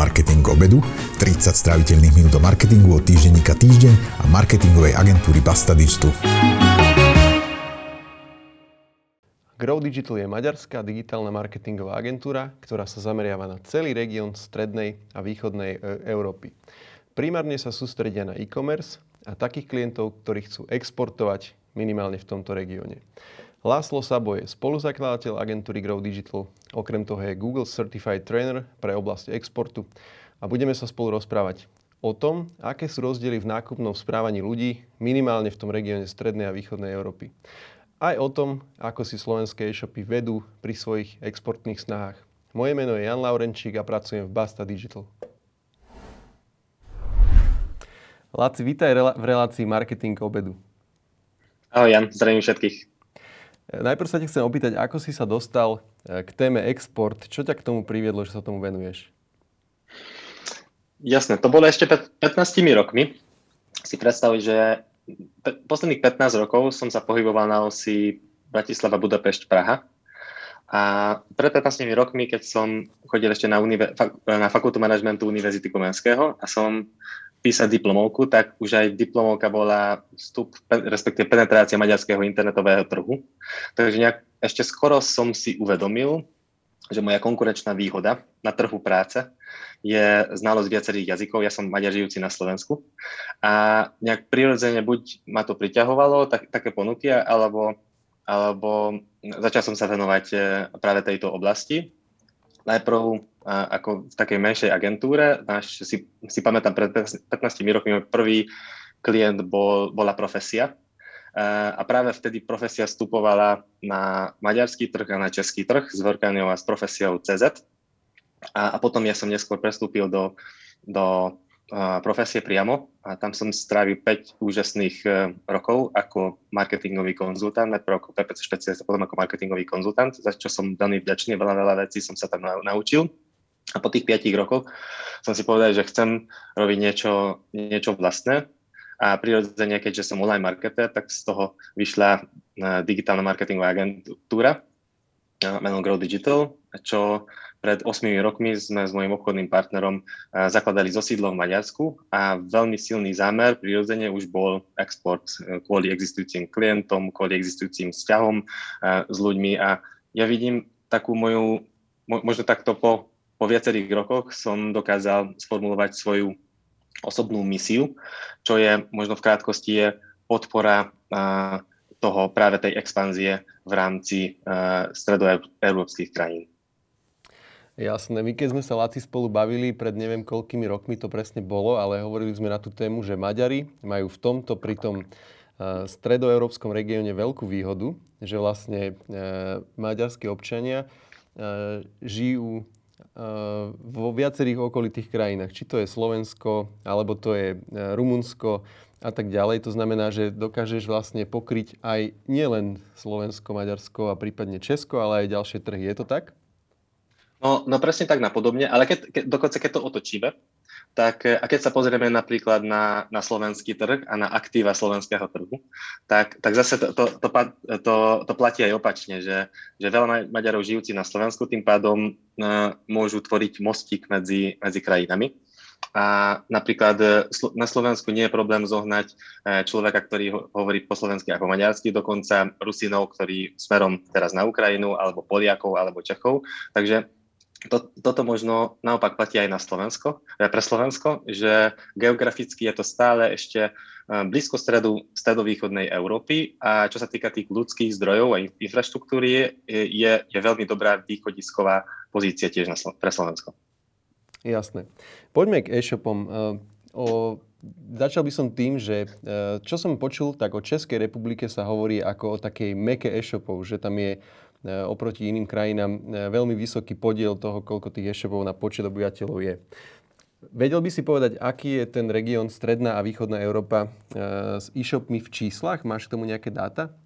Marketing obedu, 30 stráviteľných minút o marketingu od týždenníka Týždeň a marketingovej agentúry Basta Digital. Grow Digital je maďarská digitálna marketingová agentúra, ktorá sa zameriava na celý región strednej a východnej Európy. Primárne sa sústredia na e-commerce a takých klientov, ktorí chcú exportovať minimálne v tomto regióne. László Szabó je spoluzakladateľ agentúry Grow Digital, okrem toho je Google Certified Trainer pre oblasť exportu a budeme sa spolu rozprávať o tom, aké sú rozdiely v nákupnom správaní ľudí minimálne v tom regióne strednej a východnej Európy. Aj o tom, ako si slovenské e-shopy vedú pri svojich exportných snahách. Moje meno je Jan Laurenčík a pracujem v Basta Digital. Laci, vítaj v relácii Marketing obedu. Ahoj Jan, zdravím všetkých. Najprv sa te chcem opýtať, ako si sa dostal k téme export. Čo ťa k tomu priviedlo, že sa tomu venuješ? Jasné, to bolo ešte 15 rokmi. Si predstav, že posledných 15 rokov som sa pohyboval na osi Bratislava, Budapešť, Praha. A pred 15 rokmi, keď som chodil ešte na fakultu manažmentu Univerzity Komenského a som písať diplomovku, tak už aj diplomovka bola vstup, respektíve penetrácia maďarského internetového trhu. Takže ešte skoro som si uvedomil, že moja konkurenčná výhoda na trhu práce je znalosť viacerých jazykov. Ja som Maďar žijúci na Slovensku a nejak prirodzene buď ma to priťahovalo, také ponuky, alebo začal som sa venovať práve tejto oblasti. Najprv ako v takej menšej agentúre. Si pamätám, pred 15 rokmi môj prvý klient bola Profesia. A práve vtedy Profesia vstupovala na maďarský trh a na český trh s Workaniou a s Profesiou CZ. A potom ja som neskôr prestúpil do Profesie priamo a tam som strávil 5 úžasných rokov ako marketingový konzultant, najprv ako PPC špecialista, potom ako marketingový konzultant, za čo som veľmi vďačný, veľa vecí som sa tam naučil. A po tých 5 rokoch som si povedal, že chcem robiť niečo vlastné a prirodzene, keďže som online marketer, tak z toho vyšla digitálna marketingová agentúra menom Grow Digital, čo pred 8 rokmi sme s mojím obchodným partnerom zakladali so sídlom v Maďarsku a veľmi silný zámer prirodzene už bol export kvôli existujúcim klientom, kvôli existujúcim vzťahom s ľuďmi a ja vidím takú moju, možno takto po viacerých rokoch som dokázal sformulovať svoju osobnú misiu, čo je možno v krátkosti je podpora toho práve tej expanzie v rámci stredoeurópskych krajín. Jasné, my keď sme sa Laci spolu bavili pred neviem koľkými rokmi to presne bolo, ale hovorili sme na tú tému, že Maďari majú v tomto pri tom stredoeurópskom regióne veľkú výhodu, že vlastne maďarskí občania žijú vo viacerých okolitých krajinách. Či to je Slovensko, alebo to je Rumunsko a tak ďalej. To znamená, že dokážeš vlastne pokryť aj nielen Slovensko, Maďarsko a prípadne Česko, ale aj ďalšie trhy. Je to tak? No presne tak napodobne, ale dokonca keď to otočíme, tak a keď sa pozrieme napríklad na slovenský trh a na aktíva slovenského trhu, tak zase to platí aj opačne, že veľa Maďarov žijúci na Slovensku tým pádom môžu tvoriť mostík medzi krajinami. A napríklad na Slovensku nie je problém zohnať človeka, ktorý hovorí po slovensky ako maďarsky, dokonca Rusinov, ktorí smerom teraz na Ukrajinu, alebo Poliakov, alebo Čechov. Takže toto možno naopak platí aj na Slovensko, pre Slovensko, že geograficky je to stále ešte blízko stredovýchodnej Európy a čo sa týka tých ľudských zdrojov a infraštruktúry je veľmi dobrá východisková pozícia tiež pre Slovensko. Jasné. Poďme k e-shopom. Začal by som tým, že čo som počul, tak o Českej republike sa hovorí ako o takej meke e-shopov, že tam je oproti iným krajinám veľmi vysoký podiel toho, koľko tých e-shopov na počet obyvateľov je. Vedel by si povedať, aký je ten región stredná a východná Európa s e-shopmi v číslach? Máš k tomu nejaké dáta?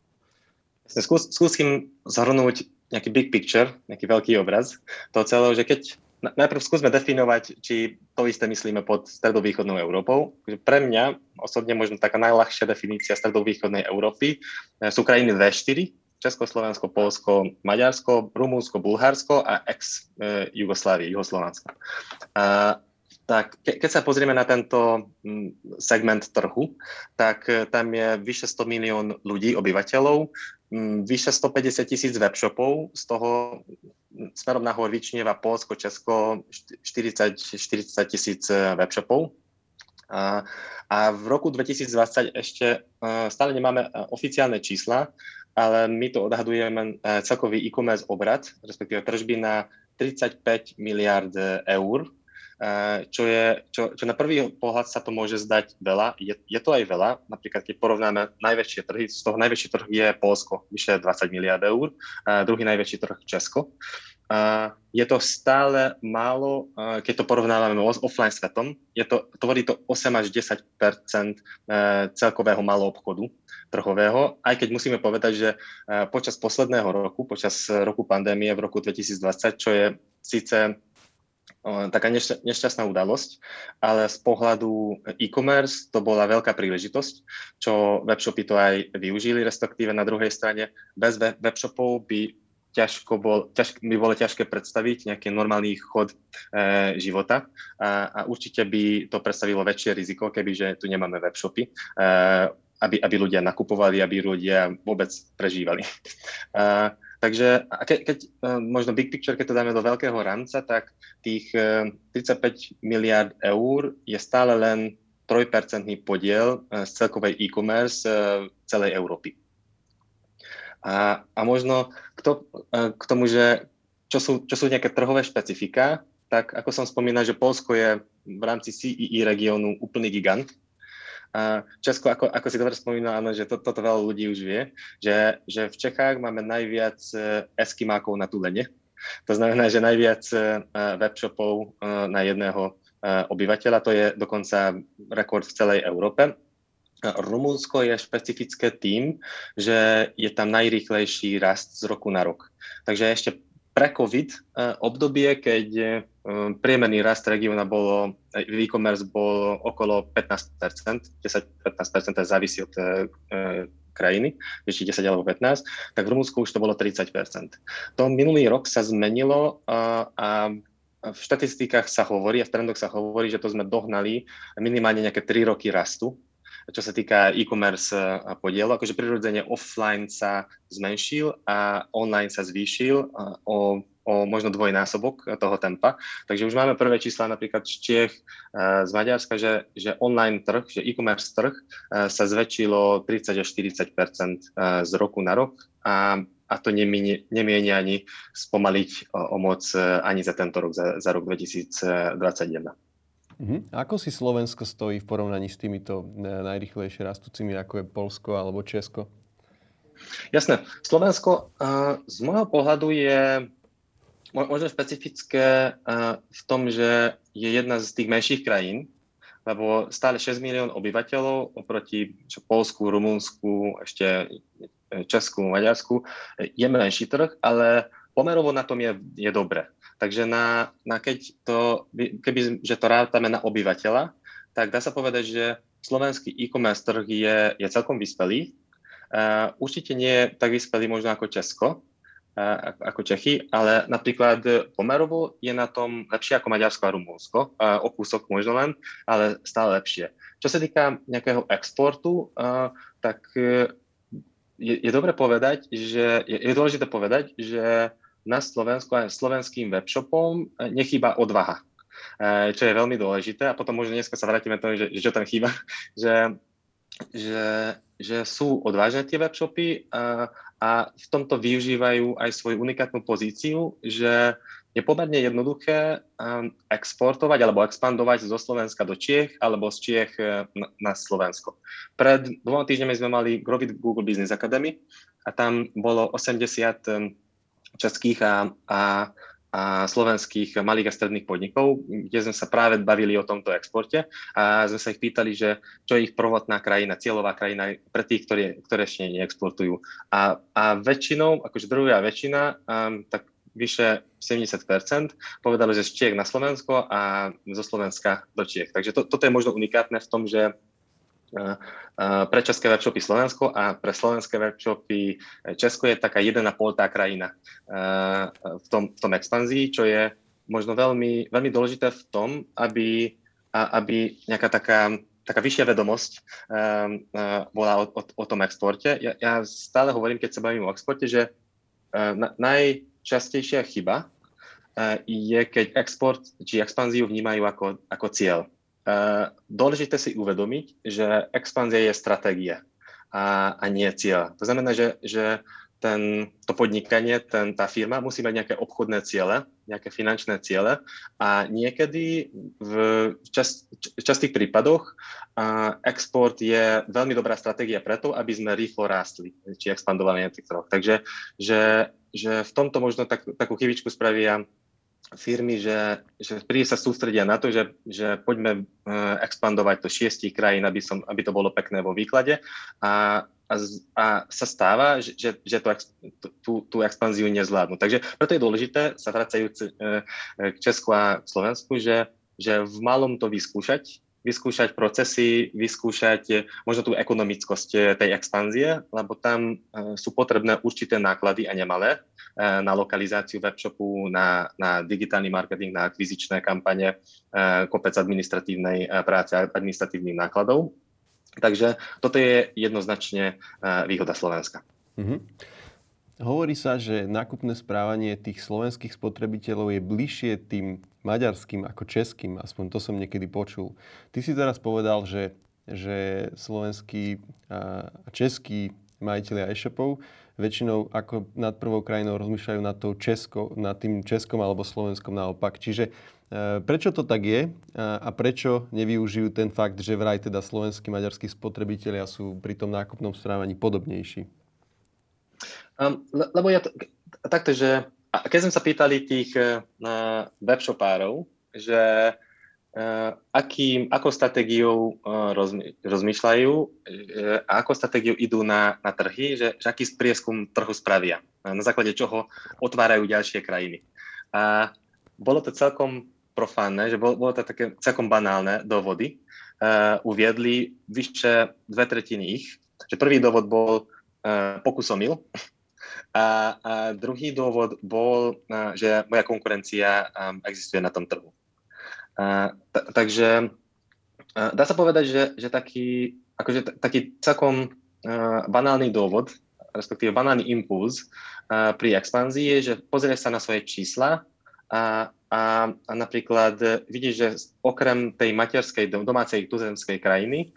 Skúsim zhrnúť nejaký big picture, nejaký veľký obraz toho celého, že keď najprv skúsme definovať, či to isté myslíme pod stredovýchodnou Európou. Pre mňa osobne možno taká najľahšia definícia stredovýchodnej Európy sú krajiny V4, Česko, Slovensko, Poľsko, Maďarsko, Rumunsko, Bulharsko a ex-Jugoslávie, Juhoslovansko. Tak keď sa pozrieme na tento segment trhu, tak tam je vyše 100 milión ľudí, obyvateľov, vyše 150 000 webshopov, z toho smerom nahor vyčnieva Poľsko, Česko 40 000 webshopov. A v roku 2020 ešte stále nemáme oficiálne čísla, ale my to odhadujeme celkový e-commerce obrat, respektíve tržby na 35 miliard eur, čo na prvý pohľad sa to môže zdať veľa. Je to aj veľa. Napríklad, keď porovnáme najväčšie trhy, z toho najväčší trh je Poľsko, vyše 20 miliard eur, druhý najväčší trh Česko. Je to stále málo, keď to porovnávame s offline svetom. Tvorí to 8 až 10 celkového malého obchodu trhového, aj keď musíme povedať, že počas posledného roku, počas roku pandémie v roku 2020, čo je síce taká nešťastná udalosť, ale z pohľadu e-commerce to bola veľká príležitosť, čo webshopy to aj využili, respektíve na druhej strane bez webshopov by bolo ťažké predstaviť nejaký normálny chod života a určite by to predstavilo väčšie riziko, kebyže tu nemáme webshopy, aby ľudia nakupovali, aby ľudia vôbec prežívali. Takže keď možno big picture, keď to dáme do veľkého rámca, tak tých 35 miliard eur je stále len 3% podiel z celkovej e-commerce celej Európy. A možno k tomu, že čo sú nejaké trhové špecifika, tak ako som spomínal, že Poľsko je v rámci CEE regiónu úplný gigant. Česko, ako si dobre spomínal, áno, že toto veľa ľudí už vie, že v Čechách máme najviac eskimákov na Tulene. To znamená, že najviac webshopov na jedného obyvateľa, to je dokonca rekord v celej Európe. Rumunsko je špecifické tým, že je tam najrýchlejší rast z roku na rok. Takže ešte pre COVID obdobie, keď priemerný rast regióna v e-commerce bol okolo 15%, 10-15% závisí od krajiny, či 10 alebo 15, tak v Rumunsku už to bolo 30%. To minulý rok sa zmenilo a v štatistikách sa hovorí a v trendoch sa hovorí, že to sme dohnali minimálne nejaké 3 roky rastu, čo sa týka e-commerce podielu. Akože prirodzene offline sa zmenšil a online sa zvýšil o možno dvojnásobok toho tempa. Takže už máme prvé čísla napríklad z Čiech, z Maďarska, že online trh, že e-commerce trh sa zväčšilo 30 až 40% z roku na rok a to nemieni ani spomaliť o moc ani za tento rok, za rok 2021. Ako si Slovensko stojí v porovnaní s týmito najrýchlejšie rastúcimi, ako je Poľsko alebo Česko? Jasné. Slovensko z môjho pohľadu je možno špecifické v tom, že je jedna z tých menších krajín, lebo stále 6 milión obyvateľov oproti Poľsku, Rumunsku, ešte Česku, Maďarsku je menší trh, ale pomerovo na tom je dobre. Takže že to rátame na obyvateľa, tak dá sa povedať, že slovenský e-commerce trh je celkom vyspelý. Určite nie je tak vyspelý možno ako Česko, ako Čechy, ale napríklad pomerovo je na tom lepšie ako Maďarsko a Rumunsko. O kúsok možno len, ale stále lepšie. Čo sa týka nejakého exportu, tak je dobre povedať, že je dôležité povedať, že na Slovensku aj slovenským webshopom nechýba odvaha, čo je veľmi dôležité. A potom možno dneska sa vrátime tomu, že čo tam chýba, že sú odvážne tie webshopy a v tomto využívajú aj svoju unikátnu pozíciu, že je pomerne jednoduché exportovať alebo expandovať zo Slovenska do Čiech alebo z Čiech na Slovensko. Pred 2 týždňami sme mali Google Business Academy a tam bolo 80 českých a slovenských malých a stredných podnikov, kde sme sa práve bavili o tomto exporte a sme sa ich pýtali, že čo je ich prvotná krajina, cieľová krajina pre tých, ktoré ešte neexportujú. A väčšinou, akože druhá väčšina, tak vyše 70% povedali, že z Čiech na Slovensko a zo Slovenska do Čiech. Takže toto je možno unikátne v tom, že pre české webshopy Slovensko a pre slovenské webshopy Česko je taká 1,5 krajina v tom expanzii, čo je možno veľmi, veľmi dôležité v tom, aby nejaká taká vyššia vedomosť bola o tom exporte. Ja stále hovorím, keď sa bavím o exporte, že najčastejšia chyba je, keď export či expanziu vnímajú ako cieľ. Dôležité si uvedomiť, že expanzia je stratégia a nie cieľ. To znamená, že to podnikanie, tá firma musí mať nejaké obchodné ciele, nejaké finančné ciele a niekedy v častých prípadoch export je veľmi dobrá stratégia preto, aby sme rýchlo rástli, či expandovali na tých trhoch. Takže že v tomto možno takú chybičku spravia firmy, že príliš sa sústredia na to, že poďme expandovať do 6 krajín, aby to bolo pekné vo výklade a sa stáva, že tú expanziu nezvládnu. Takže preto je dôležité, sa vracajúc k Česku a Slovensku, že v malom to vyskúšať procesy, vyskúšať možno tú ekonomickosť tej expanzie, lebo tam sú potrebné určité náklady a nemalé na lokalizáciu webshopu, na digitálny marketing, na akvizičné kampane, kopec administratívnej práce a administratívnych nákladov. Takže toto je jednoznačne výhoda Slovenska. Mhm. Hovorí sa, že nákupné správanie tých slovenských spotrebiteľov je bližšie tým maďarským ako českým. Aspoň to som niekedy počul. Ty si teraz povedal, že slovenskí a českí majitelia e-shopov väčšinou ako nad prvou krajinou rozmýšľajú nad tým Českom alebo Slovenskom naopak. Čiže prečo to tak je a prečo nevyužijú ten fakt, že vraj teda slovenskí, maďarskí spotrebitelia sú pri tom nákupnom správaní podobnejší? Lebo takto, že keď sme sa pýtali tých webshopárov, že akou stratégiou rozmýšľajú a akou stratégiou idú na trhy, že aký prieskum trhu spravia, na základe čoho otvárajú ďalšie krajiny. A bolo to celkom profánne, že bolo to také celkom banálne dôvody. Uviedli vyše 2/3 ich, že prvý dôvod bol pokus omyl a druhý dôvod bol, že moja konkurencia existuje na tom trhu. Takže dá sa povedať, že taký celkom banálny dôvod, respektíve banálny impuls pri expanzii je, že pozrieš sa na svoje čísla a napríklad vidíš, že okrem tej materskej domácej tuzemskej krajiny,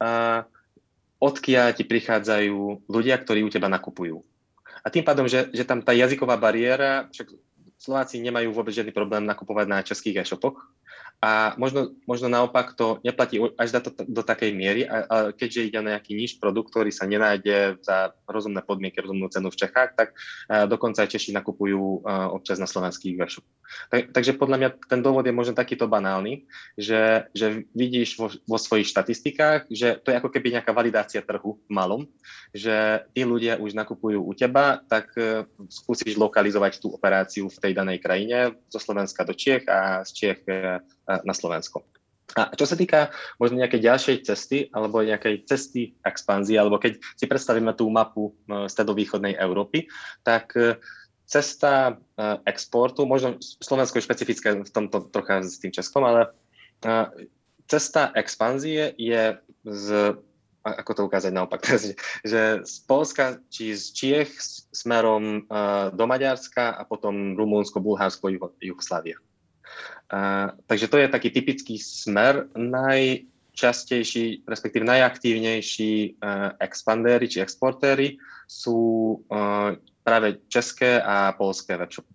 odkiaľ ti prichádzajú ľudia, ktorí u teba nakupujú. A tým pádom, že tam tá jazyková bariéra, však Slováci nemajú vôbec žiadny problém nakupovať na českých e-shopoch. A možno naopak to neplatí až do takej miery, a keďže ide o nejaký níž produkt, ktorý sa nenájde za rozumné podmienky, rozumnú cenu v Čechách, tak dokonca aj Češi nakupujú občas na slovenských e-shopoch. Takže podľa mňa ten dôvod je možno takýto banálny, že vidíš vo svojich štatistikách, že to je ako keby nejaká validácia trhu v malom, že tí ľudia už nakupujú u teba, tak skúsiš lokalizovať tú operáciu v tej danej krajine, zo Slovenska do Čiech a z Čiech na Slovensko. A čo sa týka možno nejakej ďalšej cesty alebo nejakej cesty expanzie, alebo keď si predstavíme tú mapu stredovýchodnej Európy, tak cesta exportu, možno Slovensko je špecifické v tomto trocha s tým Českom, ale cesta expanzie je ako to ukázať naopak, že z Poľska či z Čiech smerom do Maďarska a potom Rumunsko, Bulharsko, Juhoslávia. Takže to je taký typický smer. Najčastejší, respektíve najaktívnejší expandéri či exportéri sú práve české a poľské webshopy.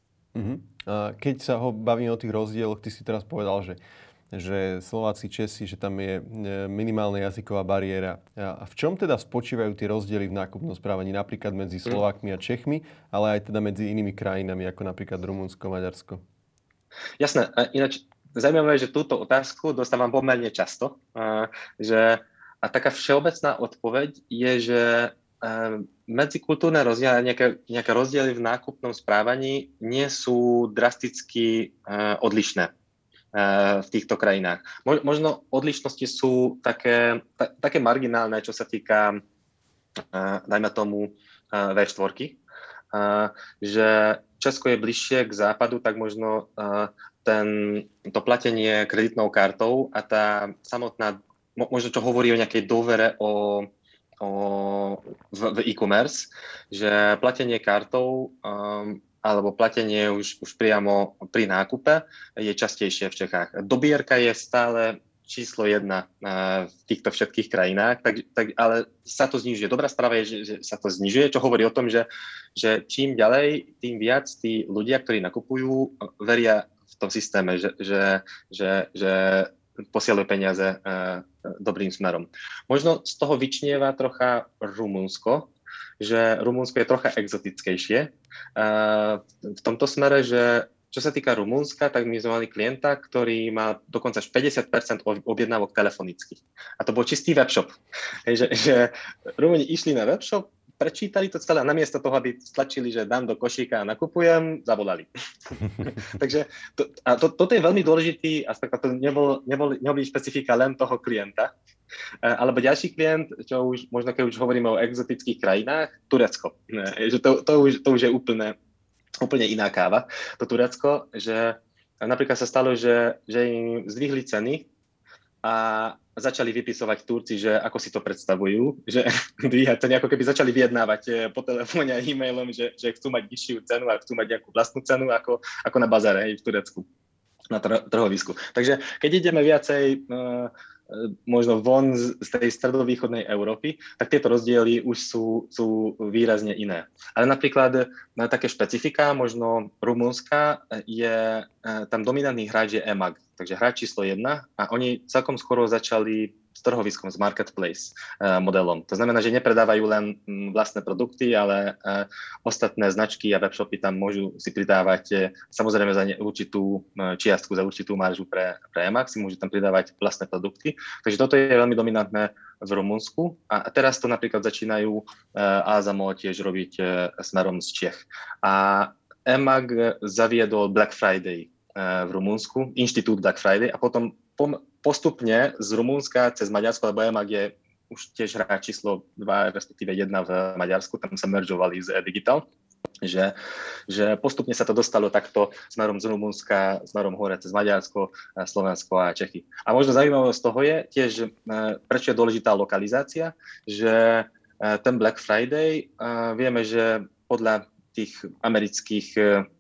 Keď sa bavíme o tých rozdieloch, ty si teraz povedal, že Slováci, Česi, že tam je minimálna jazyková bariéra. A v čom teda spočívajú tie rozdiely v nákupnom správaní napríklad medzi Slovákmi a Čechmi, ale aj teda medzi inými krajinami, ako napríklad Rumunsko, Maďarsko? Jasné. Ináč zaujímavé, že túto otázku dostávam pomerne často. A taká všeobecná odpoveď je, že medzikultúrne rozdiely, nejaké rozdiely v nákupnom správaní nie sú drasticky odlišné. v týchto krajinách. Možno odlišnosti sú také marginálne, čo sa týka, dajme tomu, V4, že Česko je bližšie k západu, tak možno to platenie kreditnou kartou a tá samotná, možno čo hovorí o nejakej dôvere v e-commerce, že platenie kartou alebo platenie už priamo pri nákupe je častejšie v Čechách. Dobierka je stále číslo 1 v týchto všetkých krajinách, ale sa to znižuje. Dobrá správa je, že sa to znižuje, čo hovorí o tom, že čím ďalej, tým viac tí ľudia, ktorí nakupujú, veria v tom systéme, že posielajú peniaze dobrým smerom. Možno z toho vyčnieva trocha Rumunsko, že Rumunsko je trocha exotickejšie v tomto smere, že čo sa týka Rumunska, tak my sme mali klienta, ktorý má dokonca až 50% objednávok telefonicky. A to bol čistý webshop. Že Rumúni išli na webshop, prečítali to celé a namiesto toho, aby stlačili, že dám do košíka a nakupujem, zavolali. Takže toto je veľmi dôležitý aspekt, to neboli špecifika len toho klienta. Alebo ďalší klient, čo už, možno keď už hovoríme o exotických krajinách, Turecko. To už je úplne iná káva, to Turecko, že napríklad sa stalo, že im zdvihli ceny a začali vypisovať Turci, že ako si to predstavujú, že dvíhať ceny, ako keby začali vyjednávať po telefóne a e-mailom, že chcú mať nižšiu cenu a chcú mať nejakú vlastnú cenu ako na bazare v Turecku, na trhovisku. Takže keď ideme viacej možno von z tej stredovýchodnej Európy, tak tieto rozdiely už sú výrazne iné. Ale napríklad na také špecifika, možno Rumunska, je tam dominantný hráč je eMAG, takže hráč číslo 1 a oni celkom skoro začali s trhoviskom, s marketplace modelom. To znamená, že nepredávajú len vlastné produkty, ale ostatné značky a webshopy tam môžu si pridávať samozrejme za určitú čiastku, za určitú maržu pre eMAG, si môžu tam pridávať vlastné produkty. Takže toto je veľmi dominantné v Rumunsku a teraz to napríklad začínajú Alzamo tiež robiť smerom z Čech. A eMAG zaviedol Black Friday v Rumunsku, inštitút Black Friday a potom postupne z Rumunska cez Maďarsko, lebo eMAG je už tiež hráč číslo 2, respektíve 1 v Maďarsku, tam sa meržovali z e-digital, že postupne sa to dostalo takto smerom z Rumunska, smerom hore cez Maďarsko, Slovensko a Čechy. A možno zaujímavosť z toho je tiež, prečo je dôležitá lokalizácia, že ten Black Friday, vieme, že podľa tých amerických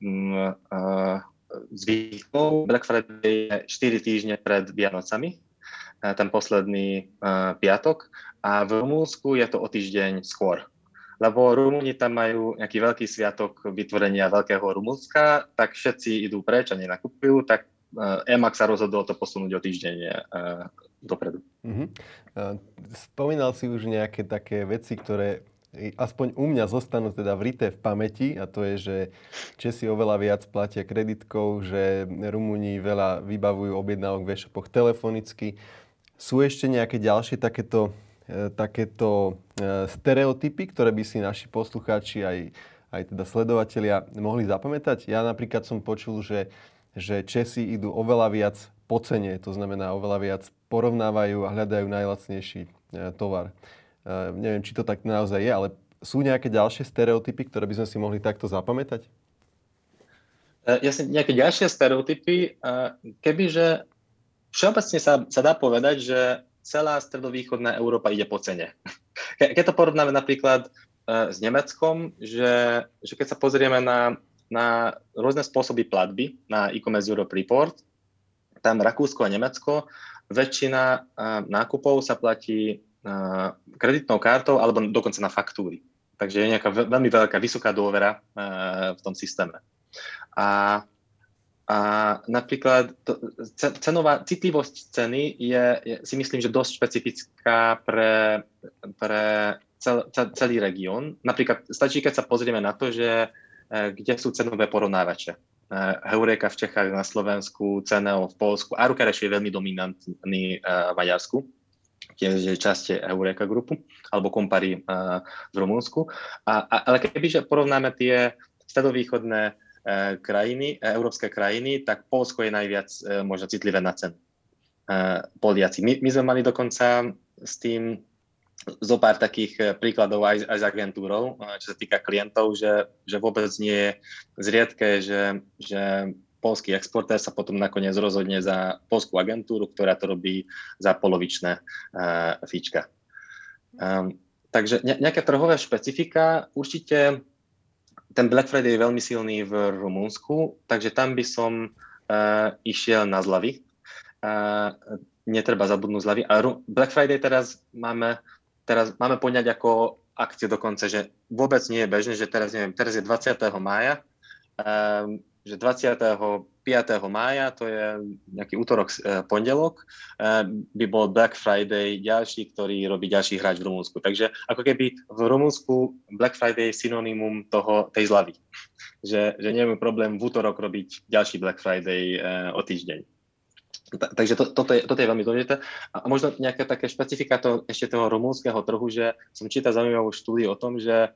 zvykov Black Friday je 4 týždne pred Vianocami, ten posledný piatok, a v Rumunsku je to o týždeň skôr. Lebo Rumúni tam majú nejaký veľký sviatok vytvorenia Veľkého Rumunska, tak všetci idú preč a nenakupujú, tak eMAG sa rozhodol to posunúť o týždeň dopredu. Spomínal si už nejaké také veci, ktoré aspoň u mňa zostanú teda vrité v pamäti, a to je, že Česi oveľa viac platia kreditkou, že Rumúni veľa vybavujú objednávok v e-shopoch telefonicky. Sú ešte nejaké ďalšie takéto stereotypy, ktoré by si naši poslucháči aj teda sledovatelia mohli zapamätať? Ja napríklad som počul, že Česi idú oveľa viac po cene, to znamená oveľa viac porovnávajú a hľadajú najlacnejší tovar. Neviem, či to tak naozaj je, ale sú nejaké ďalšie stereotypy, ktoré by sme si mohli takto zapamätať? Jasne, nejaké ďalšie stereotypy, kebyže všeobecne sa dá povedať, že celá stredovýchodná Európa ide po cene. Keď to porovnáme napríklad s Nemeckom, že keď sa pozrieme na rôzne spôsoby platby na e-commerce Europe Report, tam Rakúsko a Nemecko, väčšina nákupov sa platí kreditnou kartou alebo dokonca na faktúry. Takže je nejaká veľmi veľká, vysoká dôvera v tom systéme. A napríklad cenová citlivosť ceny je si myslím, že dosť špecifická pre celý región. Napríklad stačí, keď sa pozrieme na to, že kde sú cenové porovnávače. Heureka v Čechách, na Slovensku, Ceneo v Poľsku. Arukareš je veľmi dominantný v Maďarsku, tiež je časť Heureka grupu, alebo Kompari v Rumunsku. Ale kebyže porovnáme tie stredovýchodné európske krajiny, tak Poľsko je najviac možno citlivé na cenu. Poliaci. My sme mali dokonca s tým zo pár takých príkladov aj s agentúrou, čo sa týka klientov, že vôbec nie je zriedke, že poľský exportér sa potom nakoniec rozhodne za poľskú agentúru, ktorá to robí za polovičné fíčka. Takže nejaké trhové špecifika, určite ten Black Friday je veľmi silný v Rumunsku, takže tam by som išiel na zľavy. Netreba zabudnúť zľavy. A Black Friday teraz máme poňať ako akciu dokonca, že vôbec nie je bežné, že teraz je 20. mája, že 25. mája, to je nejaký útorok, pondelok, by bol Black Friday ďalší, ktorý robí ďalší hráč v Rumunsku. Takže ako keby v Rumunsku Black Friday je synonymum tej zľavy. Že nie je problém v útorok robiť ďalší Black Friday o týždeň. Takže toto je veľmi dôležité. A možno nejaké také špecifika ešte toho rumunského trhu, že som čítal zaujímavú štúdiu o tom, že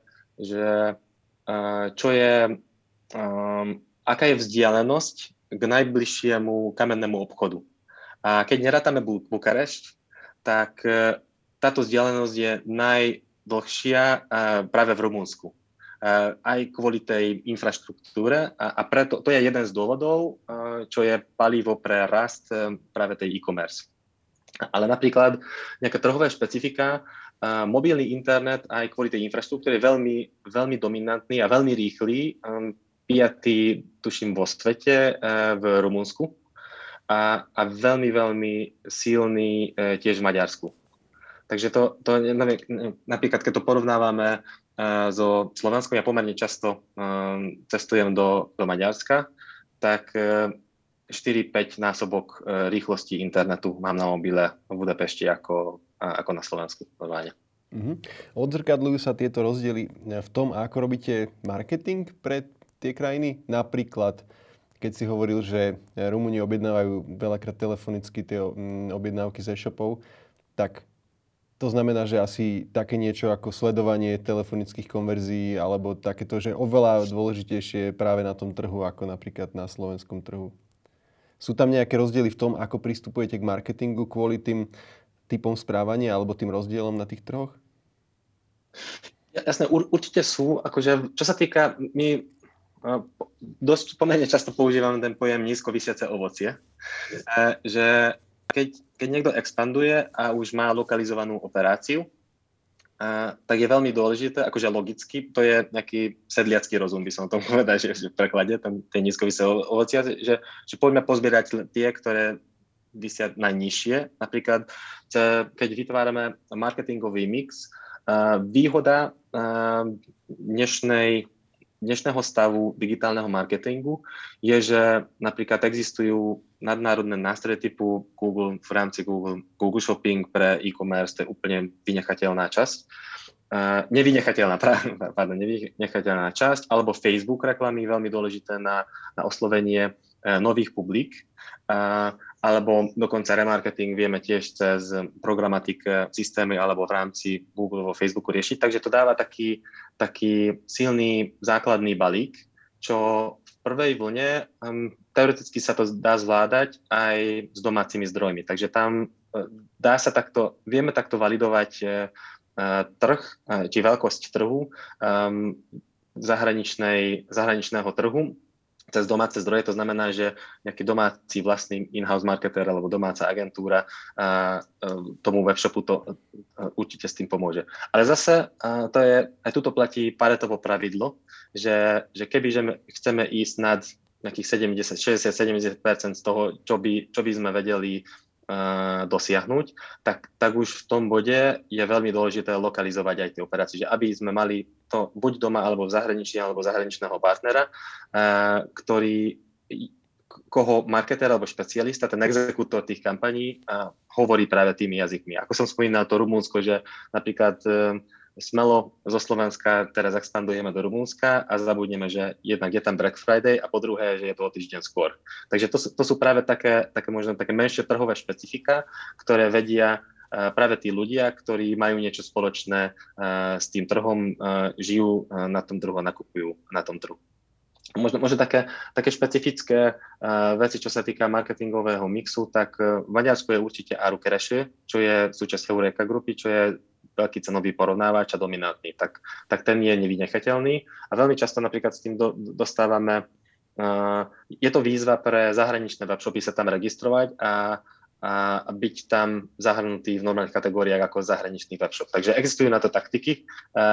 čo je, aká je vzdialenosť k najbližšiemu kamennému obchodu. A keď nerátame Bukarešť, tak táto vzdialenosť je najdlhšia práve v Rumunsku. Aj kvôli tej infraštruktúre a preto to je jeden z dôvodov, čo je palivo pre rast práve tej e-commerce. Ale napríklad nejaké trhové špecifika, mobilný internet aj kvôli tej infraštruktúre je veľmi, veľmi dominantný a veľmi rýchly, piatý, tuším, vo svete v Rumunsku a veľmi, veľmi silný tiež v Maďarsku. Takže to napríklad, keď to porovnávame so Slovenskom, ja pomerne často cestujem do Maďarska, tak 4-5 násobok rýchlosti internetu mám na mobile v Budapešti ako na Slovensku. Odzrkadľujú sa tieto rozdiely v tom, ako robíte marketing pre tie krajiny? Napríklad, keď si hovoril, že Rumúni objednávajú veľakrát telefonicky tie objednávky z e-shopov, tak to znamená, že asi také niečo ako sledovanie telefonických konverzií alebo takéto, že oveľa dôležitejšie je práve na tom trhu ako napríklad na slovenskom trhu. Sú tam nejaké rozdiely v tom, ako pristupujete k marketingu kvôli tým typom správania alebo tým rozdielom na tých trhoch? Jasné, určite sú. Akože, čo sa týka, my dosť pomerne často používame ten pojem nízko visiace ovocie, že keď niekto expanduje a už má lokalizovanú operáciu, tak je veľmi dôležité, akože logicky, to je nejaký sedliacký rozum, by som to povedal, že v preklade, tie nízkovisé ovocia, že poďme pozbierať tie, ktoré visia najnižšie. Napríklad, keď vytvárame marketingový mix, výhoda dnešného stavu digitálneho marketingu je, že napríklad existujú nadnárodné nástroje typu Google, v rámci Google Shopping pre e-commerce, to je úplne vynechateľná časť. Nevynechateľná časť, alebo Facebook reklamy, veľmi dôležité na oslovenie nových publik, alebo dokonca remarketing vieme tiež cez programatik systémy alebo v rámci Google vo Facebooku riešiť. Takže to dáva taký silný základný balík, čo v prvej vlne teoreticky sa to dá zvládať aj s domácimi zdrojmi. Takže tam vieme takto validovať trh, či veľkosť trhu zahraničného trhu cez domáce zdroje. To znamená, že nejaký domáci vlastný in-house marketer alebo domáca agentúra tomu webshopu to určite s tým pomôže. Ale zase aj tuto platí Paretovo pravidlo, že kebyže chceme ísť nad nejakých 60-70% z toho, čo by sme vedeli dosiahnuť, tak už v tom bode je veľmi dôležité lokalizovať aj tie operácie, že aby sme mali to buď doma alebo v zahraničí alebo zahraničného partnera, koho marketér alebo špecialista, ten exekútor tých kampaní hovorí práve tými jazykmi. Ako som spomínal to Rumunsko, že napríklad smelo zo Slovenska teraz expandujeme do Rumunska a zabudneme, že jednak je tam Black Friday a po druhé, že je to o týždeň skôr. Takže to sú práve také možno také menšie trhové špecifika, ktoré vedia práve tí ľudia, ktorí majú niečo spoločné s tým trhom, žijú na tom trhu a nakupujú na tom trhu. Možno také špecifické veci, čo sa týka marketingového mixu, tak v Maďarsku je určite Aru Krešie, čo je súčasť Eureka grupy, čo je veľký cenový porovnávač a dominantný. Tak ten je nevynechateľný a veľmi často napríklad s tým dostávame, je to výzva pre zahraničné webshopy sa tam registrovať a byť tam zahrnutý v normálnych kategóriách ako zahraničný webshop. Takže existujú na to taktiky,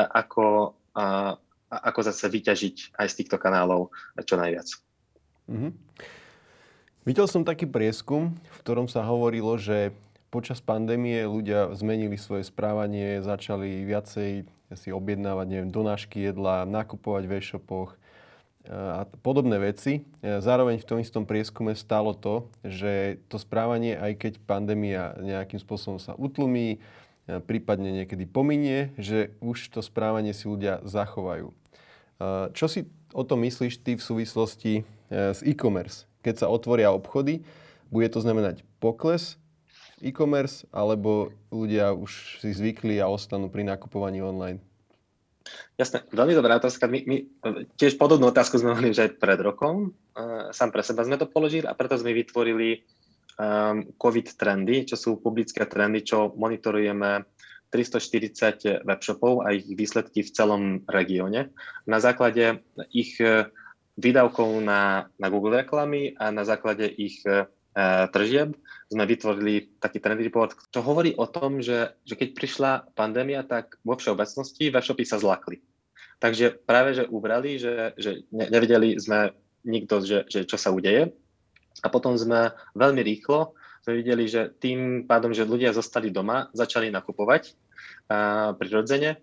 ako zase vyťažiť aj z týchto kanálov čo najviac. Mm-hmm. Videl som taký prieskum, v ktorom sa hovorilo, že počas pandémie ľudia zmenili svoje správanie, začali viacej si objednávať, donášky jedla, nakupovať v e-shopoch a podobné veci. Zároveň v tom istom prieskume stálo to, že to správanie, aj keď pandémia nejakým spôsobom sa utlmí, prípadne niekedy pominie, že už to správanie si ľudia zachovajú. Čo si o tom myslíš ty v súvislosti s e-commerce? Keď sa otvoria obchody, bude to znamenať pokles e-commerce, alebo ľudia už si zvykli a ostanú pri nakupovaní online? Jasné, veľmi dobrá otázka. My tiež podobnú otázku sme mali už aj pred rokom. Sám pre seba sme to položili a preto sme vytvorili COVID trendy, čo sú publické trendy, čo monitorujeme 340 webshopov a ich výsledky v celom regióne. Na základe ich výdavkov na Google reklamy a na základe ich tržieb sme vytvorili taký trend report, čo hovorí o tom, že keď prišla pandémia, tak vo všeobecnosti webshopy sa zlakli. Takže práve, že ubrali, že nevedeli sme nikto, že čo sa udeje. A potom sme veľmi rýchlo videli, že tým pádom, že ľudia zostali doma, začali nakupovať prirodzene,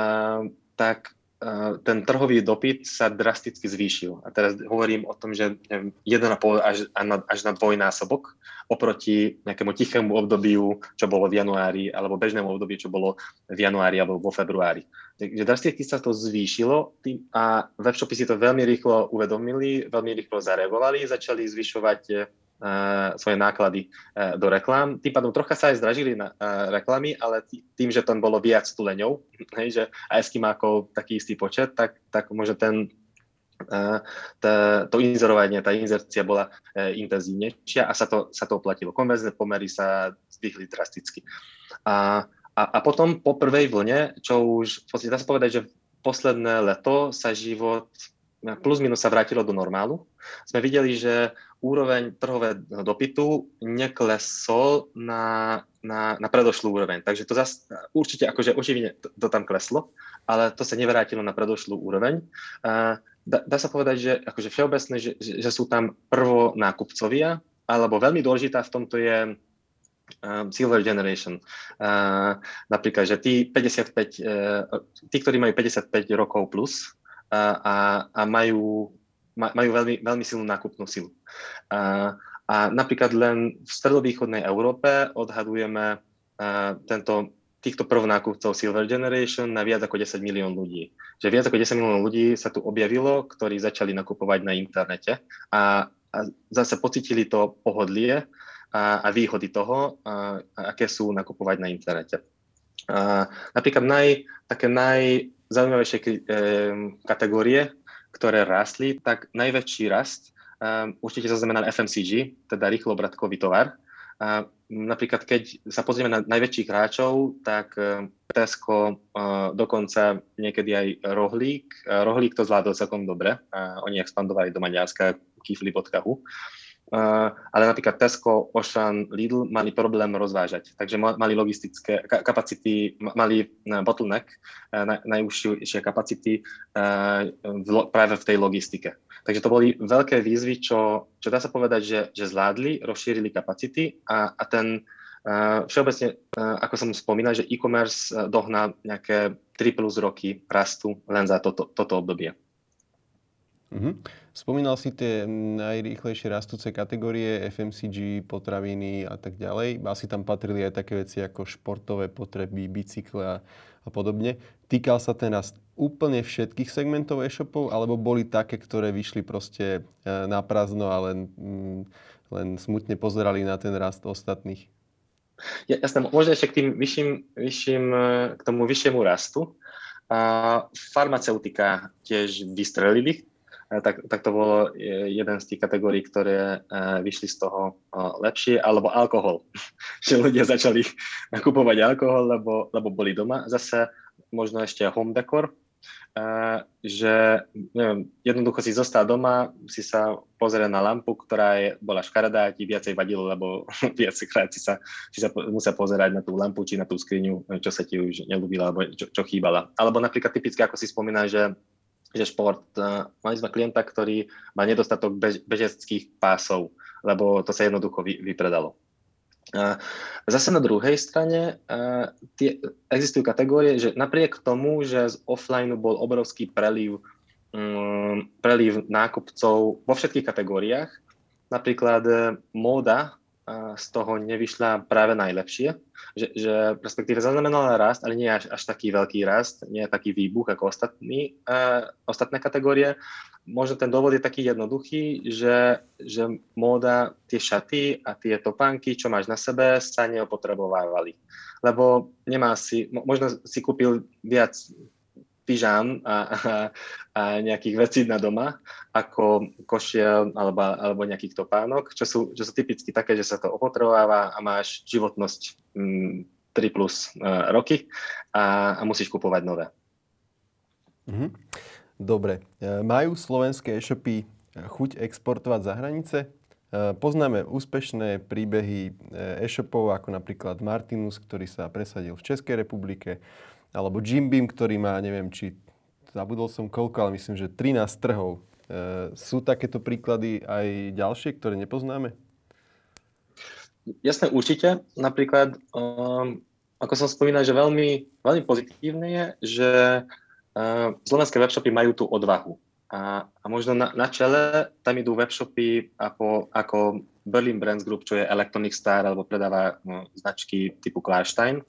tak ten trhový dopyt sa drasticky zvýšil. A teraz hovorím o tom, že 1,5 až na dvojnásobok oproti nejakému tichému obdobiu, čo bolo v januári, alebo bežnému obdobiu, čo bolo v januári alebo vo februári. Takže drasticky sa to zvýšilo a webshopy si to veľmi rýchlo uvedomili, veľmi rýchlo zareagovali, začali zvyšovať svoje náklady do reklám. Tým pádom trocha sa aj zdražili na reklamy, ale tým, že tam bolo viac tuleňov, že aj skimákov taký istý počet, tak možno to inzerovanie, tá inzercia bola intenzívnejšia a sa to oplatilo. Konverzné pomery sa zdvihli drasticky. A potom po prvej vlne, čo už v podstate dá sa povedať, že posledné leto sa život plus minus sa vrátilo do normálu. Sme videli, že úroveň trhového dopytu neklesol na predošlú úroveň. Takže to určite akože oživne to tam kleslo, ale to sa nevrátilo na predošlú úroveň. Dá sa povedať, že akože všeobecne, že sú tam prvonákupcovia, alebo veľmi dôležitá v tomto je Silver Generation. Napríklad, že tí, ktorí majú 55 rokov plus, a majú veľmi, veľmi silnú nákupnú silu. A napríklad len v stredovýchodnej Európe odhadujeme týchto prvnákupcov Silver Generation na viac ako 10 milión ľudí. Že viac ako 10 miliónov ľudí sa tu objavilo, ktorí začali nakupovať na internete a zase pocítili to pohodlie a výhody toho, aké sú nakupovať na internete. Napríklad také najzaujímavejšie kategórie, ktoré rastli, tak najväčší rast určite zaznamenal FMCG, teda rýchloobratkový tovar. Napríklad, keď sa pozrieme na najväčších hráčov, tak Tesco, dokonca niekedy aj Rohlík. Rohlík to zvládol celkom dobre. Oni expandovali do Maďarska, kifli.hu. Ale napríklad Tesco, Auchan, Lidl mali problém rozvážať. Takže mali logistické kapacity, mali bottleneck, najúžšie kapacity práve v tej logistike. Takže to boli veľké výzvy, čo dá sa povedať, že zvládli, rozšírili kapacity a ten všeobecne, ako som spomínal, že e-commerce dohná nejaké 3+ roky rastu len za toto obdobie. Spomínal si tie najrýchlejšie rastúce kategórie, FMCG, potraviny a tak ďalej. Asi tam patrili aj také veci ako športové potreby, bicykle a podobne. Týkal sa ten rast úplne všetkých segmentov e-shopov, alebo boli také, ktoré vyšli proste na prázdno a len smutne pozerali na ten rast ostatných? Jasné, možno ešte k k tomu vyššiemu rastu. Farmaceutika tiež vystrelili. tak to bolo jeden z tých kategórií, ktoré vyšli z toho lepšie, alebo alkohol. Že ľudia začali nakupovať alkohol, lebo boli doma. Zase možno ešte home decor, že neviem, jednoducho si zostal doma, si sa pozrel na lampu, ktorá bola škaredá a ti viacej vadilo, lebo viackrát si sa musel pozerať na tú lampu či na tú skriňu, čo sa ti už nelúbila, alebo čo chýbala. Alebo napríklad typicky, ako si spomínal, že šport. Mali sme klienta, ktorý mal nedostatok bežeckých pásov, lebo to sa jednoducho vypredalo. Zase na druhej strane existujú kategórie, že napriek tomu, že z offline bol obrovský preliv nákupcov vo všetkých kategóriách, napríklad móda z toho nevyšla práve najlepšie, že respektíve zaznamenala rast, ale nie až taký veľký rast, nie taký výbuch ako ostatné kategórie. Možno ten dôvod je taký jednoduchý, že móda, tie šaty a tie topánky, čo máš na sebe, sa neopotrebovávali. Lebo možno si kúpil viac pyžám a nejakých vecí na doma, ako košiel alebo nejakých topánok, čo sú typicky také, že sa to opotrebováva a máš životnosť 3+ roky a musíš kupovať nové. Dobre. Majú slovenské e-shopy chuť exportovať za hranice? Poznáme úspešné príbehy e-shopov, ako napríklad Martinus, ktorý sa presadil v Českej republike, alebo Jim Beam, ktorý má, neviem, či zabudol som koľko, ale myslím, že 13 trhov. Sú takéto príklady aj ďalšie, ktoré nepoznáme? Jasné, určite. Napríklad, ako som spomínal, že veľmi, veľmi pozitívne je, že slovenské webshopy majú tú odvahu. A možno na čele tam idú webshopy ako Berlin Brands Group, čo je Electronic Star, alebo predáva značky typu Klarstein,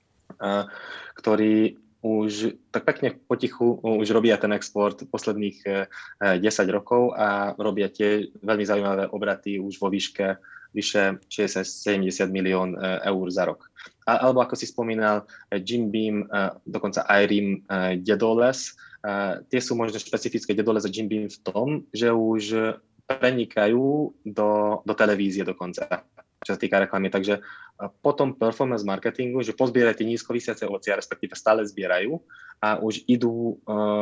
ktorí už tak pekne potichu už robia ten export posledných 10 rokov a robia tie veľmi zaujímavé obraty už vo výške vyše 60-70 milión eur za rok. Alebo ako si spomínal, Jim Beam, dokonca iReam, Dedoles, tie sú možno špecifické Dedoles a Jim Beam v tom, že už prenikajú do televízie dokonca, čo sa týka reklamy. Takže potom performance marketingu, že pozbierajú tie nízkovisiace ovocia, respektíve stále zbierajú a už idú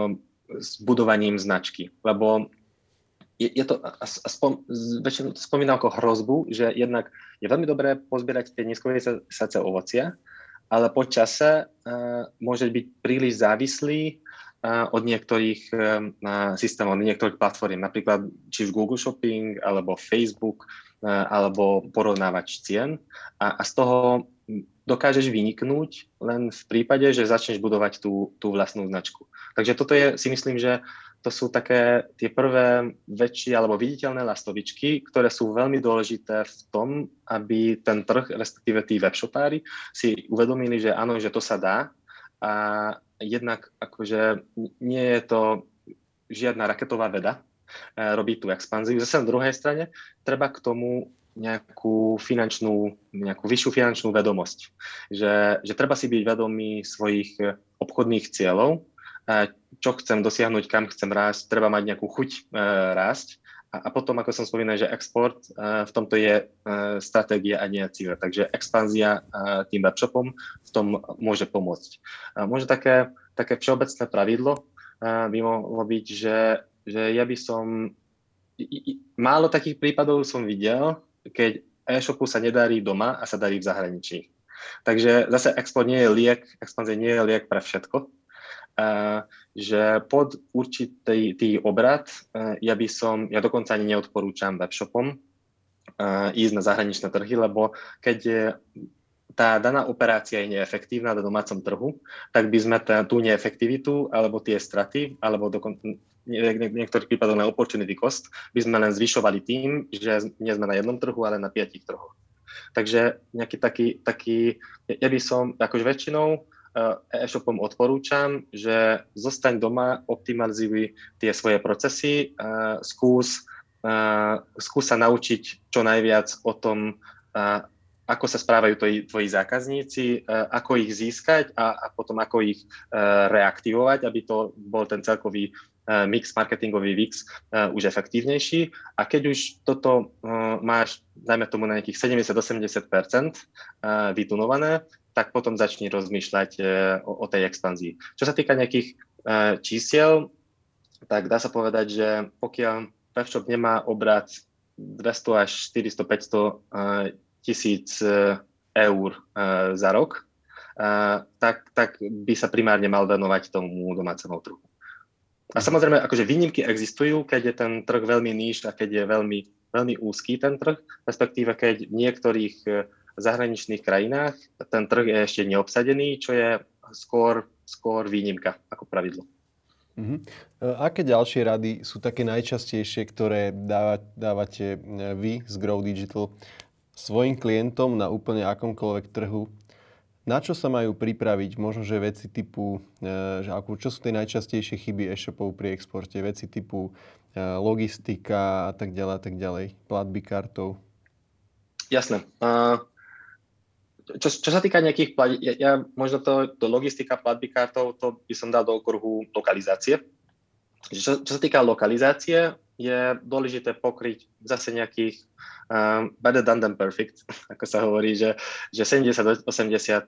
s budovaním značky. Lebo je to, väčšinou spomínam ako hrozbu, že jednak je veľmi dobré pozbierať tie nízkovisiace ovocia, ale po čase môže byť príliš závislý od niektorých systémov, od niektorých platform, napríklad či už Google Shopping, alebo Facebook, alebo porovnávač cien a z toho dokážeš vyniknúť len v prípade, že začneš budovať tú vlastnú značku. Takže toto si myslím, že to sú také tie prvé väčšie alebo viditeľné lastovičky, ktoré sú veľmi dôležité v tom, aby ten trh, respektíve tí webshopári si uvedomili, že áno, že to sa dá a jednak akože nie je to žiadna raketová veda robiť tú expanziu. Zase na druhej strane treba k tomu nejakú vyššiu finančnú vedomosť. Že treba si byť vedomý svojich obchodných cieľov, čo chcem dosiahnuť, kam chcem rásť, treba mať nejakú chuť rásť. A potom, ako som spomínal, že export v tomto je stratégia a nie cieľ. Takže expanzia tým webshopom v tom môže pomôcť. Možno také všeobecné pravidlo by mohlo byť, že ja by som... Málo takých prípadov som videl, keď e-shopu sa nedarí doma a sa darí v zahraničí. Takže zase export nie je liek, expanzia nie je liek pre všetko. Že pod určitý obrat ja dokonca ani neodporúčam webshopom ísť na zahraničné trhy, lebo keď tá daná operácia je neefektívna na domácom trhu, tak by sme tú neefektivitu alebo tie straty, alebo v niektorých prípadoch na opportunity cost, by sme len zvyšovali tým, že nie sme na jednom trhu, ale na 5 trhoch. Takže nejaký taký ja by som akože väčšinou e-shopom odporúčam, že zostaň doma, optimalizuj tie svoje procesy, skús sa naučiť čo najviac o tom, ako sa správajú tvoji zákazníci, ako ich získať a potom ako ich reaktivovať, aby to bol ten celkový mix, marketingový mix už efektívnejší. A keď už toto máš, dajme tomu na nejakých 70-80% vytunované, tak potom začni rozmýšľať o tej expanzii. Čo sa týka nejakých čísiel, tak dá sa povedať, že pokiaľ webshop nemá obrat 200 až 400-500 tisíc eur za rok, tak by sa primárne mal venovať tomu domácemu trhu. A samozrejme, akože výnimky existujú, keď je ten trh veľmi níž a keď je veľmi, veľmi úzky ten trh, respektíve keď v niektorých zahraničných krajinách ten trh je ešte neobsadený, čo je skôr výnimka ako pravidlo. Aké ďalšie rady sú také najčastejšie, ktoré dávate vy z Grow Digital svojim klientom na úplne akomkoľvek trhu? Na čo sa majú pripraviť? Možno, že veci typu, čo sú tie najčastejšie chyby e-shopov pri exporte? Veci typu logistika a tak ďalej, platby kartou. Jasné. Čo sa týka nejakých platí, ja možno to logistika platby kartou, to by som dal do okruhu lokalizácie. Čo sa týka lokalizácie, je dôležité pokryť zase nejakých better done than perfect, ako sa hovorí, že 70-80%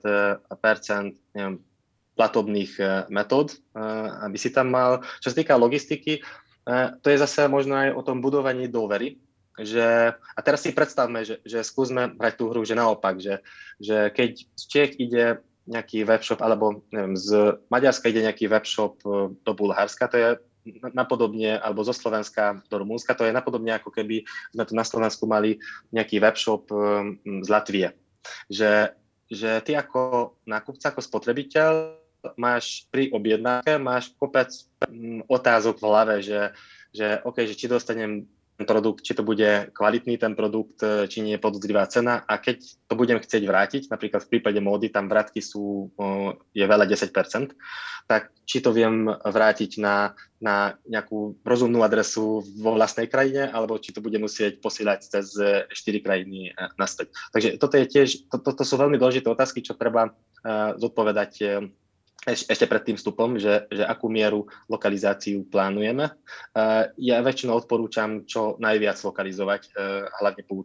platobných metód, aby si tam mal. Čo sa týka logistiky, to je zase možno aj o tom budovaní dôvery. A teraz si predstavme, že skúsme hrať tú hru, že naopak, že keď z Čech ide nejaký webshop, alebo neviem, z Maďarska ide nejaký webshop do Bulharska, to je napodobne, alebo zo Slovenska do Rumunska, to je napodobne ako keby sme tu na Slovensku mali nejaký webshop z Latvie. Že ty ako nákupca, ako spotrebiteľ máš pri objednávke, máš kopec otázok v hlave, že OK, že či dostanem produkt, či to bude kvalitný ten produkt, či nie je podozrivá cena, a keď to budem chcieť vrátiť, napríklad v prípade módy, tam vrátky je veľa 10%, tak či to viem vrátiť na nejakú rozumnú adresu vo vlastnej krajine, alebo či to budem musieť posielať cez 4 krajiny naspäť. Takže toto sú veľmi dôležité otázky, čo treba zodpovedať ešte pred tým vstupom, že akú mieru lokalizáciu plánujeme. Ja väčšinou odporúčam čo najviac lokalizovať, hlavne po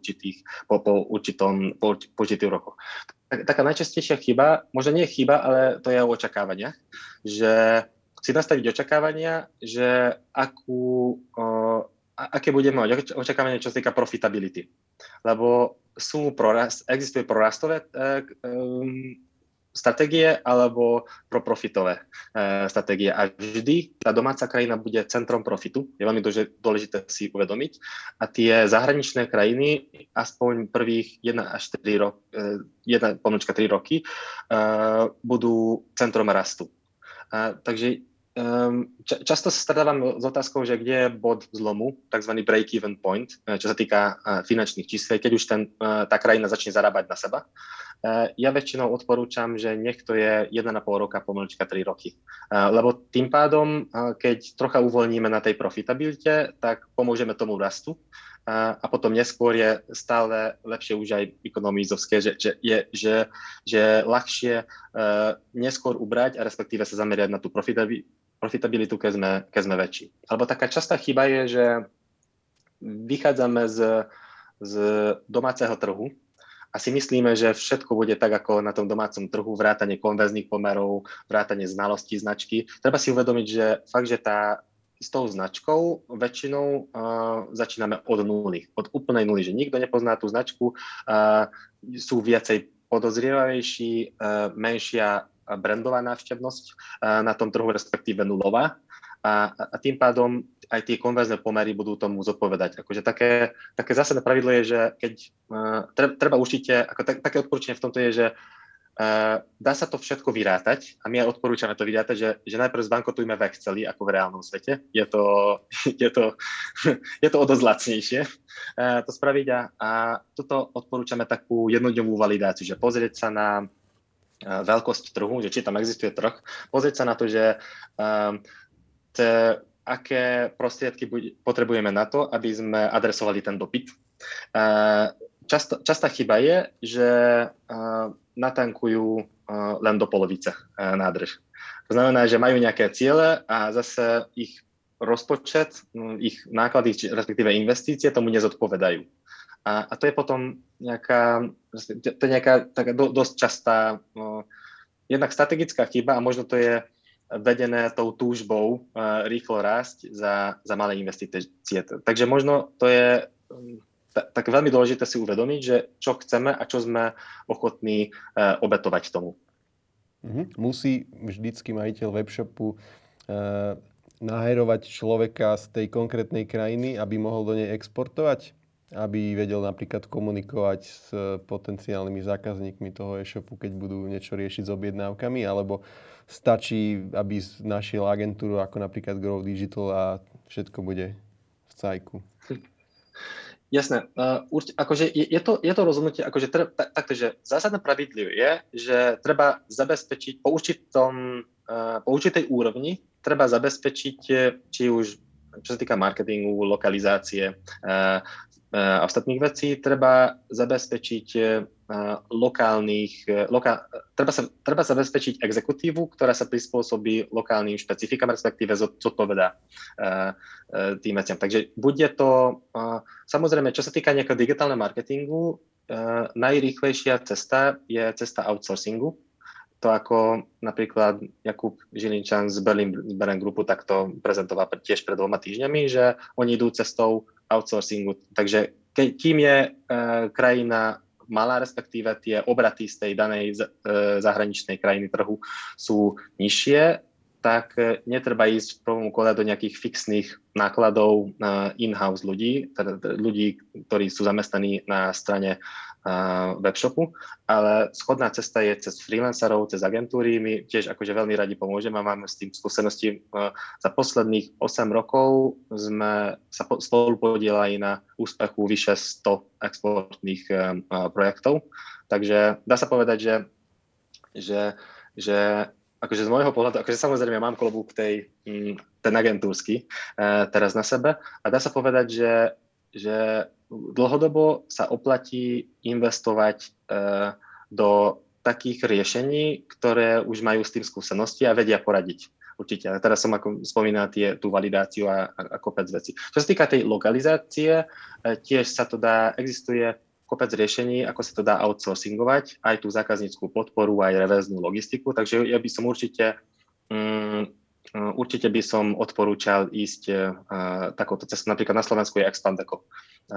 určitých rokoch. Taká najčastejšia chyba, možno nie je chyba, ale to je o očakávaniach, že si nastaviť očakávania, že aké budeme mať očakávania, čo sa týka profitability. Lebo existuje prorastové stratégie alebo proprofitové stratégie. A vždy tá domáca krajina bude centrom profitu. Je veľmi dôležité si uvedomiť. A tie zahraničné krajiny aspoň prvých 1 až 3 roky budú centrom rastu. Takže často sa stretávam s otázkou, že kde je bod zlomu, tzv. Break-even point, čo sa týka finančných čísel, keď už tá krajina začne zarábať na seba. Ja väčšinou odporúčam, že nech to je 1,5 roka, pomlčka 3 roky. Lebo tým pádom, keď trocha uvoľníme na tej profitabilite, tak pomôžeme tomu rastu. A potom neskôr je stále lepšie už aj ekonomizovské, že ľahšie neskôr ubrať a respektíve sa zameriať na tú profitabilitu, keď sme väčší. Alebo taká častá chyba je, že vychádzame z domáceho trhu a si myslíme, že všetko bude tak, ako na tom domácom trhu, vrátanie konverzných pomerov, vrátanie znalostí značky. Treba si uvedomiť, že fakt, že s tou značkou väčšinou začíname od nuly, od úplnej nuly, že nikto nepozná tú značku, sú viacej podozrievavejší, menšia brandová návštevnosť na tom trhu, respektíve nulová. A tým pádom aj tie konverzné pomery budú tomu zodpovedať. Akože také zásadné pravidlo je, že keď treba určite, ako také odporúčanie v tomto je, že dá sa to všetko vyrátať a my odporúčame to vyrátať, že najprv zbankotujme v Exceli ako v reálnom svete. Je to o dosť lacnejšie to spraviť a toto odporúčame takú jednodňovú validáciu, že pozrieť sa na veľkosť trhu, že či tam existuje trh, pozrieť sa na to, že aké prostriedky potrebujeme na to, aby sme adresovali ten dopyt. Častá chyba je, že natankujú len do polovice nádrž. To znamená, že majú nejaké ciele a zase ich rozpočet, ich náklady, respektíve investície tomu nezodpovedajú. A to je potom nejaká dosť častá jednak strategická chyba a možno to je vedené tou túžbou rýchlo rásť za malé investície. Takže možno to je tak veľmi dôležité si uvedomiť, že čo chceme a čo sme ochotní obetovať tomu. Musí vždycky majiteľ webshopu nahajrovať človeka z tej konkrétnej krajiny, aby mohol do nej exportovať? Aby vedel napríklad komunikovať s potenciálnymi zákazníkmi toho e-shopu, keď budú niečo riešiť s objednávkami, alebo stačí, aby našiel agentúru ako napríklad Grow Digital a všetko bude v cajku? Jasné. Akože je to rozhodnutie, akože takže zásadné pravidlo je, že treba zabezpečiť po určitej úrovni, treba zabezpečiť, či už čo sa týka marketingu, lokalizácie a ostatných vecí, treba zabezpečiť treba zabezpečiť exekutívu, ktorá sa prispôsobí lokálnym špecifikám, respektíve zodpovedá tým veciam. Takže bude to, samozrejme, čo sa týka nejakého digitálneho marketingu, najrýchlejšia cesta je cesta outsourcingu. To ako napríklad Jakub Žilinčan z Berlin Groupu takto prezentoval tiež pred 2 týždňami, že oni idú cestou outsourcingu. Takže kým je krajina malá, respektíve tie obraty z tej danej zahraničnej krajiny trhu sú nižšie, tak netreba ísť v prvom kole do nejakých fixných nákladov in-house ľudí, teda ľudí, ktorí sú zamestnaní na strane webshopu, ale schodná cesta je cez freelancerov, cez agentúry. My tiež akože veľmi radi pomôžeme a máme s tým skúsenosti. Za posledných 8 rokov sme sa spolu podielali na úspechu vyše 100 exportných projektov. Takže dá sa povedať, že akože z môjho pohľadu, akože samozrejme mám klobúk ten agentúrsky teraz na sebe a dá sa povedať, že dlhodobo sa oplatí investovať do takých riešení, ktoré už majú s tým skúsenosti a vedia poradiť. Určite. A teraz som ako spomínal tú validáciu a kopec vecí. Čo sa týka tej lokalizácie, tiež sa to dá, existuje kopec riešení, ako sa to dá outsourcingovať, aj tú zákazníckú podporu, aj reverznú logistiku, takže ja by som určite by som odporúčal ísť takouto cestou. Napríklad na Slovensku je Expandeco.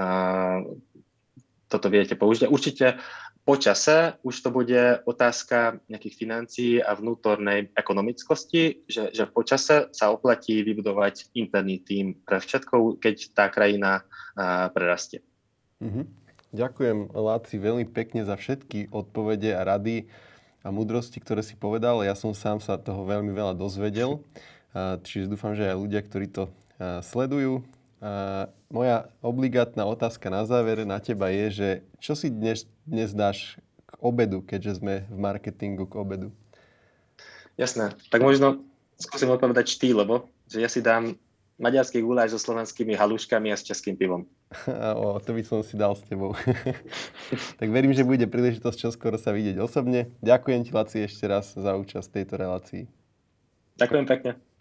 Toto viete použiť. Určite po čase už to bude otázka nejakých financií a vnútornej ekonomickosti, že po čase sa oplatí vybudovať interný tím pre všetko, keď tá krajina prerastie. Ďakujem, Láci, veľmi pekne za všetky odpovede a rady a múdrosti, ktoré si povedal. Ja som sám sa toho veľmi veľa dozvedel, čiže dúfam, že aj ľudia, ktorí to sledujú. Moja obligátna otázka na záver na teba je, že čo si dnes dáš k obedu, keďže sme v marketingu k obedu? Jasné, tak možno skúsim odpovedať štýlovo, že ja si dám maďarský guláš so slovenskými haluškami a s českým pivom. To by som si dal s tebou. Tak verím, že bude príležitosť čoskoro sa vidieť osobne. Ďakujem ti, Laci, ešte raz za účasť v tejto relácii. Ďakujem pekne.